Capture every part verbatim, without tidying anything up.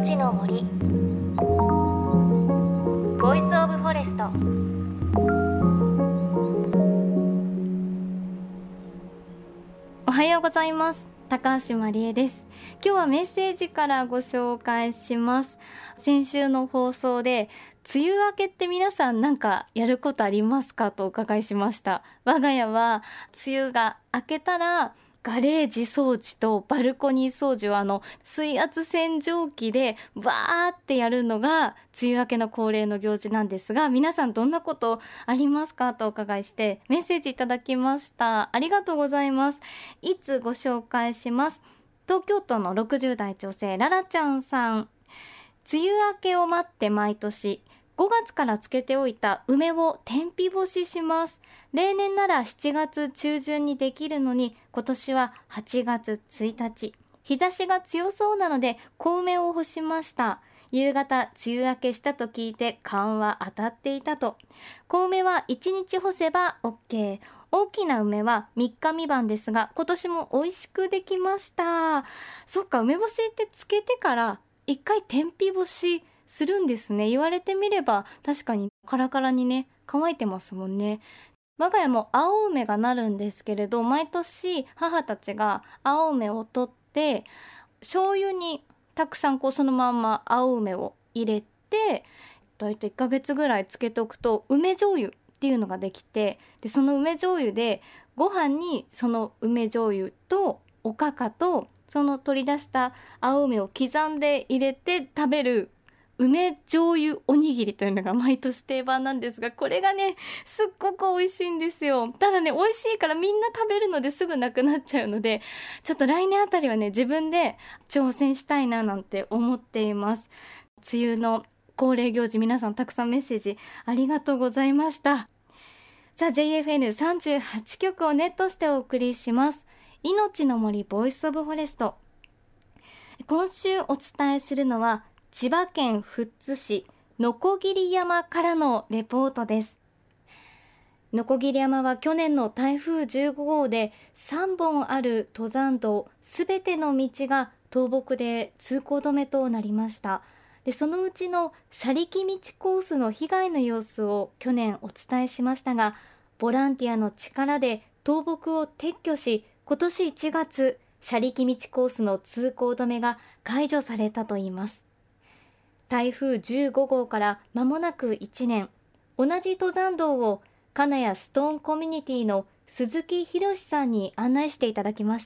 命の森ボイスオブフォレスト。おはようございます。高橋まりえです。今日はメッセージからご紹介します。先週の放送で梅雨明けって皆さんなんかやることありますかとお伺いしました。我が家は梅雨が明けたらガレージ掃除とバルコニー掃除をあの水圧洗浄機でバーってやるのが梅雨明けの恒例の行事なんですが、皆さんどんなことありますかとお伺いしてメッセージいただきました。ありがとうございます。いつご紹介します。東京都のろくじゅう代女性ララちゃんさん。梅雨明けを待って毎年ごがつから漬けておいた梅を天日干しします。例年ならしちがつ中旬にできるのに、今年ははちがつついたち、日差しが強そうなので小梅を干しました。夕方梅雨明けしたと聞いて勘は当たっていたと。小梅はいちにち干せば OK、 大きな梅はみっか未満ですが今年も美味しくできました。そっか、梅干しって漬けてから一回天日干しするんですね。言われてみれば確かにカラカラにね乾いてますもんね。我が家も青梅がなるんですけれど、毎年母たちが青梅を取って醤油にたくさんこうそのまんま青梅を入れて、だいたいいっかげつぐらい漬けておくと梅醤油っていうのができて、でその梅醤油でご飯にその梅醤油とおかかとその取り出した青梅を刻んで入れて食べる梅醤油おにぎりというのが毎年定番なんですが、これがねすっごく美味しいんですよ。ただね、美味しいからみんな食べるのですぐなくなっちゃうので、ちょっと来年あたりはね自分で挑戦したいななんて思っています。梅雨の恒例行事、皆さんたくさんメッセージありがとうございました。さあ ジェイエフエヌさんじゅうはち 局をネットしてお送りします。命の森ボイスオブフォレスト。今週お伝えするのは千葉県富津市鋸山からのレポートです。鋸山は去年の台風じゅうご号でさんぼんある登山道すべての道が倒木で通行止めとなりました。でそのうちの車力道コースの被害の様子を去年お伝えしましたが、ボランティアの力で倒木を撤去し、今年いちがつ車力道コースの通行止めが解除されたといいます。台風じゅうご号から間もなくいちねん、同じ登山道を金谷ストーンコミュニティの鈴木博さんに案内していただきました。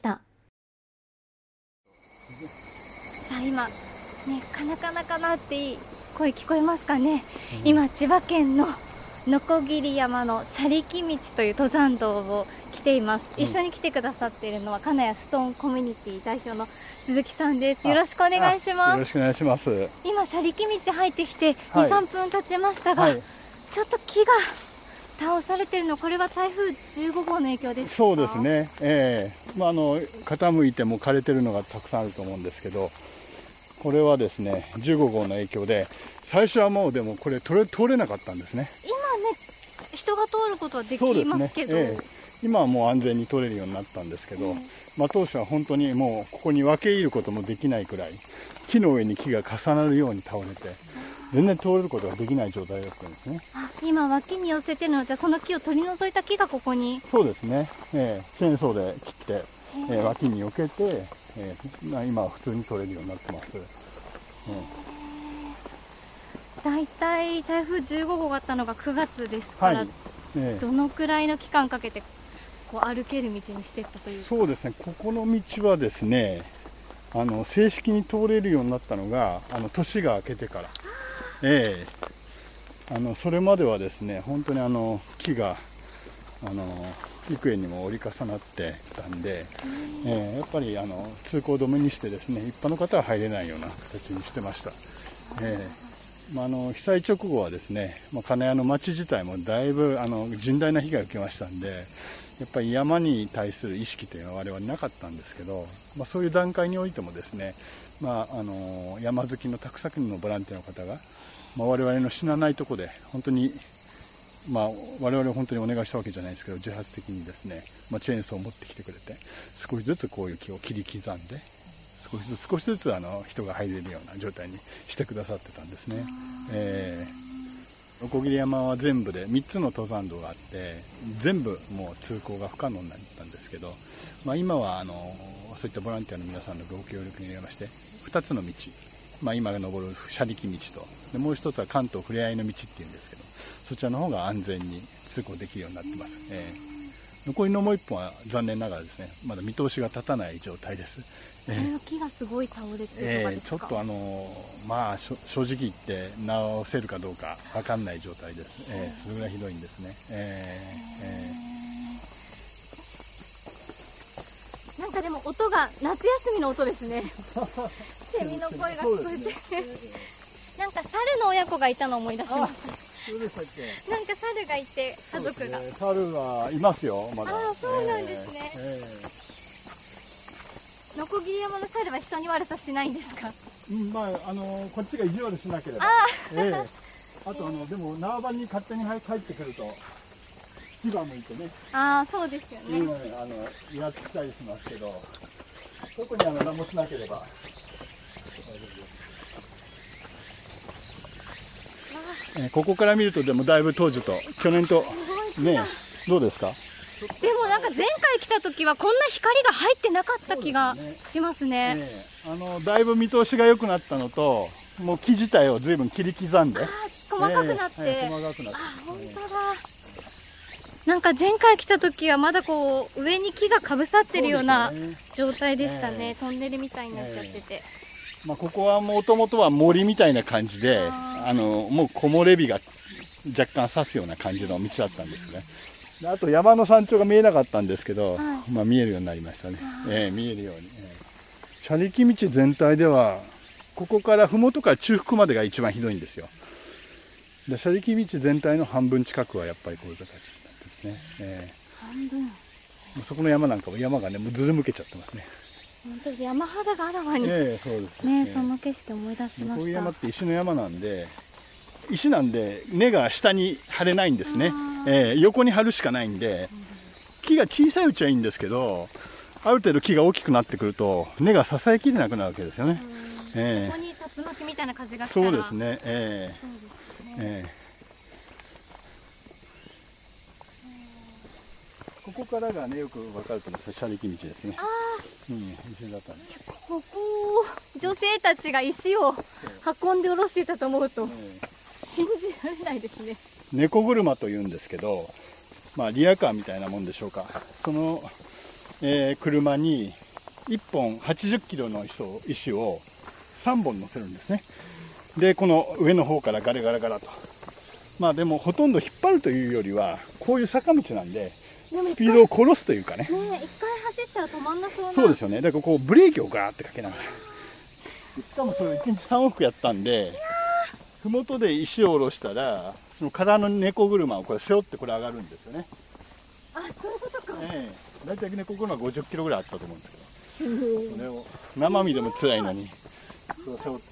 さあ今ね、カナカナカナっていい声聞こえますかね、うん、今千葉県の鋸山の車力道という登山道を来ています、うん、一緒に来てくださっているのは金谷ストーンコミュニティ代表の鈴木さんです。よろしくお願いします。 よろしくお願いします。 今車力道入ってきて にさんぷん経ちましたが、はい、ちょっと木が倒されているの、これは台風じゅうご号の影響ですか？ そうですね、えーまあ、あの傾いても枯れてるのがたくさんあると思うんですけど、これはですねじゅうご号の影響で、最初はもうでもこれ通れ、通れなかったんですね。 今ね人が通ることはできますけど、 そうですね、えー、今はもう安全に通れるようになったんですけど、うん、まあ、当初は本当にもうここに分け入ることもできないくらい木の上に木が重なるように倒れて全然通ることができない状態だったんですね。 あ、今脇に寄せてるのはじゃあその木を取り除いた木がここに？ そうですね、えー、チェーンソーで切って、えー、脇に避けて、えーまあ、今は普通に取れるようになってます。 だいたい台風じゅうご号があったのがくがつですから、はい、えー、どのくらいの期間かけてこう歩ける道にしていったというか？ そうですね、ここの道はですね、あの正式に通れるようになったのがあの年が明けてから、えー、あのそれまではですね本当にあの木があの幾重にも折り重なってたんで、えー、やっぱりあの通行止めにしてですね一般の方は入れないような形にしてました。えーまあ、あの被災直後はですね、まあ、金谷の町自体もだいぶあの甚大な被害を受けましたんで、やっぱり山に対する意識というのは我々なかったんですけど、まあ、そういう段階においてもですね、まあ、あの山好きのたくさんのボランティアの方が、まあ、我々の死なないところで本当に、まあ、我々は本当にお願いしたわけじゃないですけど自発的にですね、まあ、チェーンソーを持ってきてくれて少しずつこういう木を切り刻んで少しずつ少しずつあの人が入れるような状態にしてくださってたんですね。えー、鋸山は全部でみっつの登山道があって、全部もう通行が不可能になったんですけど、まあ、今はあのそういったボランティアの皆さんのご協力によりましてふたつの道、まあ、今が登る車力道と、でもう一つは関東ふれあいの道っていうんですけど、そちらの方が安全に通行できるようになってます。えー、残りのもう一本は残念ながらですね、まだ見通しが立たない状態です。 それの木がすごい倒れてるとかですか？ えー、ちょっとあのまあ正直言って直せるかどうか分かんない状態です。えー、それぐらいひどいんですね。えーえー、なんかでも音が夏休みの音ですね。セミの声が聞こえて、なんか猿の親子がいたのを思い出しました。 そうでしたっけ？ なんか猿がいて家族が、 ね、猿はいますよまだ。 ああ、そうなんですね。 えーえー鋸山の猿は人に悪さしないんですか？ うん、まああのこっちが意地悪しなければ。あ、ええ、あとあのでも縄張りに勝手に入ってくると牙向いてね。 ああ、そうですよね。 うん、あのイラつきたりしますけど、特にあの何もしなければ大丈夫です。えー、ここから見るとでもだいぶ当時と去年とね、どうですか？ でもなんか前回来た時はこんな光が入ってなかった気がしますね。 あのだいぶ見通しが良くなったのと、もう木自体を随分切り刻んで、 細かくなって、 えーはい、細かくなって、 あ、本当だ。なんか前回来た時はまだこう上に木がかぶさってるような状態でしたね。トンネルみたいになっちゃってて、えーまあ、ここはもともとは森みたいな感じで、あのもう木漏れ日が若干差すような感じの道だったんですね。あと山の山頂が見えなかったんですけど、はい、まあ見えるようになりましたね。えー、見えるように、えー、車力道全体ではここから麓から中腹までが一番ひどいんですよ。で車力道全体の半分近くはやっぱりこういう形なんですね。えー、 半分。 そこの山なんかも山がねもうずるむけちゃってますね。 本当に山肌があらわに、 えー、そうですね、えー、その景色思い出しました。 こういう山って石の山なんで、石なんで根が下に張れないんですね。えー、横に張るしかないんで、木が小さいうちはいいんですけど、ある程度木が大きくなってくると根が支えきれなくなるわけですよね。 えー、ここに竜巻みたいな風が来たら、 そうですね。えー、 そうですね。 えー、ここからがねよく分かると思うんですよ、車力道ですね。 ああ、 うん、石だったんです。 ここを女性たちが石を運んで下ろしていたと思うと、えー、信じられないですね。 猫車というんですけど、まあ、リヤカーみたいなもんでしょうか。その、えー、車にいっぽんはちじゅっキロの石を、石をさんぼん乗せるんですね。でこの上の方からガラガラガラと、まあでもほとんど引っ張るというよりはこういう坂道なんでスピードを殺すというかね。ねえ、一回走ったら止まんなそうな。 そうですよね。だからこうブレーキをガーってかけながら、しかもそれいちにちさんおくやったんで、麓で石を下ろしたらその空の猫車をこれ背負ってこれ上がるんですよね。 あ、そういうことか。 ええ、大体猫車はごじゅっキロぐらいあったと思うんですけど、それを生身でも辛いのにそれを背負って、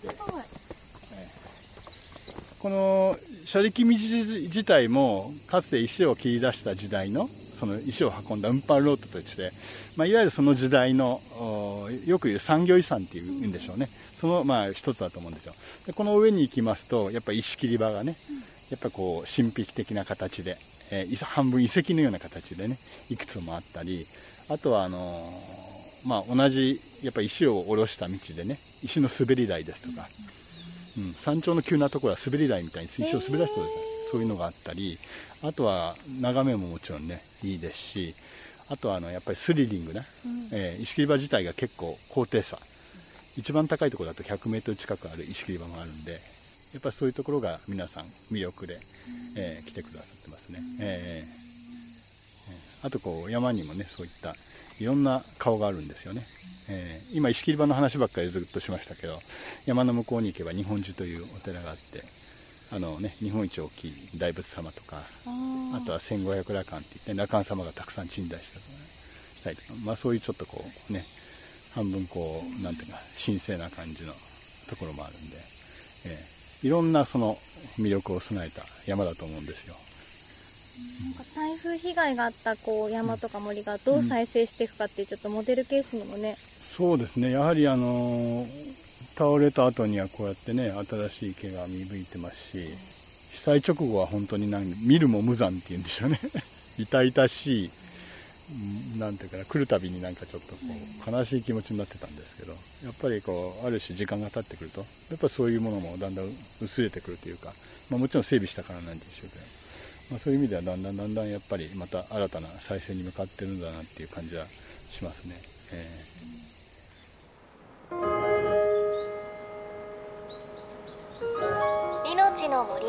ええ、この車力道自体もかつて石を切り出した時代のその石を運んだ運搬ロードとして、まあ、いわゆるその時代のよく言う産業遺産っていうんでしょうね。そのまあ一つだと思うんですよ。でこの上に行きますとやっぱり石切り場がね、やっぱこう神秘的な形で、えー、半分遺跡のような形でねいくつもあったり、あとはあのー、まあ同じやっぱ石を下ろした道でね石の滑り台ですとか、うん、山頂の急なところは滑り台みたいに石を滑らせてる、そういうのがあったり、あとは眺めももちろんねいいですし、あとはあのやっぱりスリリングな、うん、えー、石切り場自体が結構高低差、一番高いところだとひゃくメートル近くある石切り場もあるんで、やっぱりそういうところが皆さん魅力で、えー、来てくださってますね。えー、あとこう山にもねそういったいろんな顔があるんですよね。えー、今石切り場の話ばっかりずっとしましたけど、山の向こうに行けば日本樹というお寺があって、あのね、日本一大きい大仏様とか、あとはせんごひゃく羅漢っていって羅漢様がたくさん鎮座したりとか、まあ、そういうちょっとこうね半分こうなんていうか神聖な感じのところもあるんで、えー、いろんなその魅力を備えた山だと思うんですよ。 なんか台風被害があったこう山とか森がどう再生していくかっていうちょっとモデルケースにもね、 そうですね、やはりあの倒れた後にはこうやってね新しい毛が芽吹いてますし、被災直後は本当に何見るも無残っていうんでしょうね痛々しい、なんていうかな、来るたびになんかちょっとこう悲しい気持ちになってたんですけど、やっぱりこうある種時間が経ってくるとやっぱりそういうものもだんだん薄れてくるというか、まあ、もちろん整備したからなんでしょうけど、まあ、そういう意味ではだんだんだんだんやっぱりまた新たな再生に向かってるんだなっていう感じはしますね。えー命の森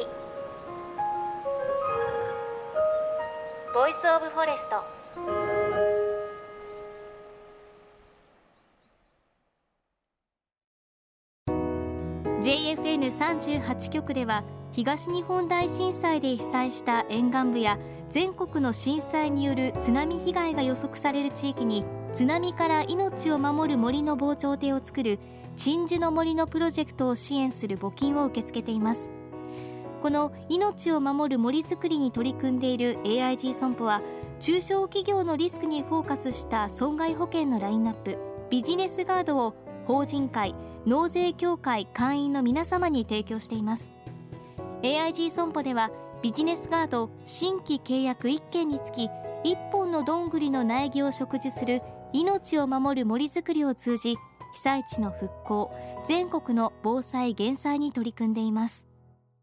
ボイスオブフォレスト。ジェイエフエヌさんじゅうはち 局では東日本大震災で被災した沿岸部や全国の震災による津波被害が予測される地域に津波から命を守る森の防潮堤を作る鎮守の森のプロジェクトを支援する募金を受け付けています。この命を守る森づくりに取り組んでいる エーアイジー 損保は中小企業のリスクにフォーカスした損害保険のラインナップビジネスガードを法人会、納税協会会員の皆様に提供しています。 エーアイジー 損保ではビジネスガード新規契約いっけんにつきいっぽんのどんぐりの苗木を植樹する命を守る森づくりを通じ被災地の復興、全国の防災減災に取り組んでいます。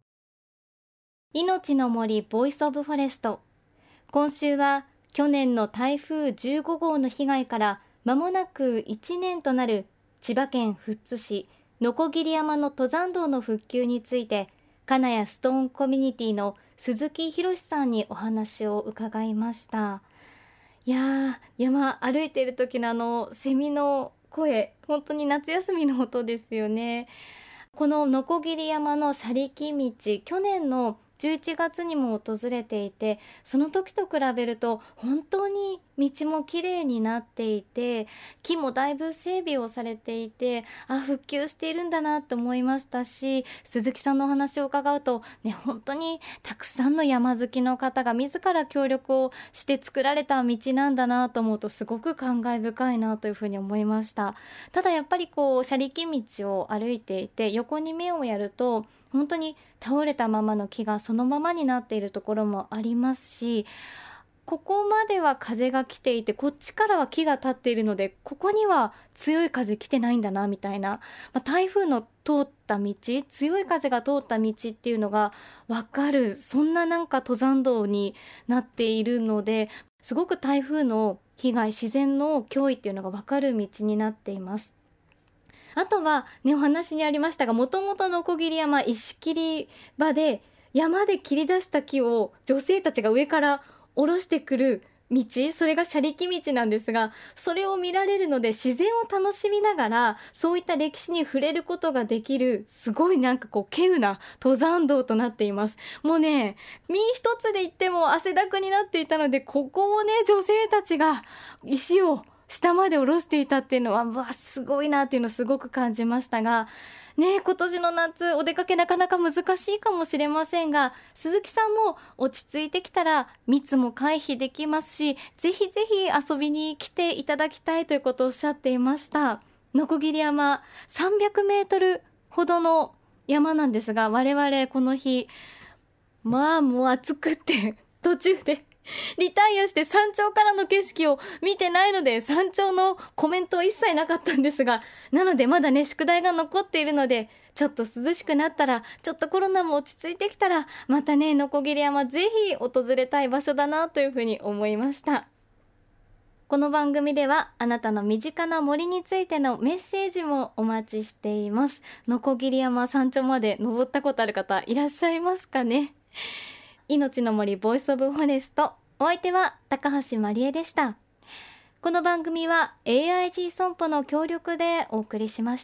命の森ボイスオブフォレスト。今週は去年の台風じゅうごごうの被害から間もなくいちねんとなる千葉県富津市鋸山の登山道の復旧について、金谷ストーンコミュニティの鈴木博さんにお話を伺いました。いやー、山歩いている時のあのセミの声、本当に夏休みの音ですよね。この鋸山の車力道、去年のじゅういちがつにも訪れていて、その時と比べると本当に道もきれいになっていて、木もだいぶ整備をされていて、あ、復旧しているんだなと思いましたし、鈴木さんのお話を伺うと、ね、本当にたくさんの山好きの方が自ら協力をして作られた道なんだなと思うと、すごく感慨深いなというふうに思いました。ただやっぱりこう車力道を歩いていて、横に目をやると本当に倒れたままの木がそのままになっているところもありますし、ここまでは風が来ていてこっちからは木が立っているので、ここには強い風来てないんだなみたいな、まあ、台風の通った道、強い風が通った道っていうのが分かる、そんななんか登山道になっているので、すごく台風の被害、自然の脅威っていうのが分かる道になっています。あとはね、お話にありましたが、もともと鋸山石切り場で山で切り出した木を女性たちが上から下ろしてくる道、それが車力道なんですが、それを見られるので自然を楽しみながらそういった歴史に触れることができる、すごいなんかこう稀有な登山道となっています。もうね、身一つで行っても汗だくになっていたので、ここをね、女性たちが石を下まで下ろしていたっていうのは、わ、すごいなっていうのをすごく感じましたがね、今年の夏お出かけなかなか難しいかもしれませんが、鈴木さんも落ち着いてきたら密も回避できますし、ぜひぜひ遊びに来ていただきたいということをおっしゃっていました。鋸山さんびゃくメートルほどの山なんですが、我々この日まあもう暑くって途中でリタイアして山頂からの景色を見てないので、山頂のコメントは一切なかったんですが、なのでまだね、宿題が残っているので、ちょっと涼しくなったら、ちょっとコロナも落ち着いてきたら、またね、鋸山ぜひ訪れたい場所だなというふうに思いました。この番組ではあなたの身近な森についてのメッセージもお待ちしています。鋸山山頂まで登ったことある方いらっしゃいますかね。命の森ボイスオブフォレスト、お相手は高橋まりえでした。この番組は エーアイジー 損保の協力でお送りしました。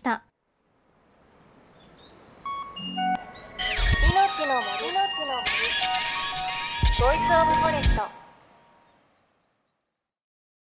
命の森ボイスオブフォレスト。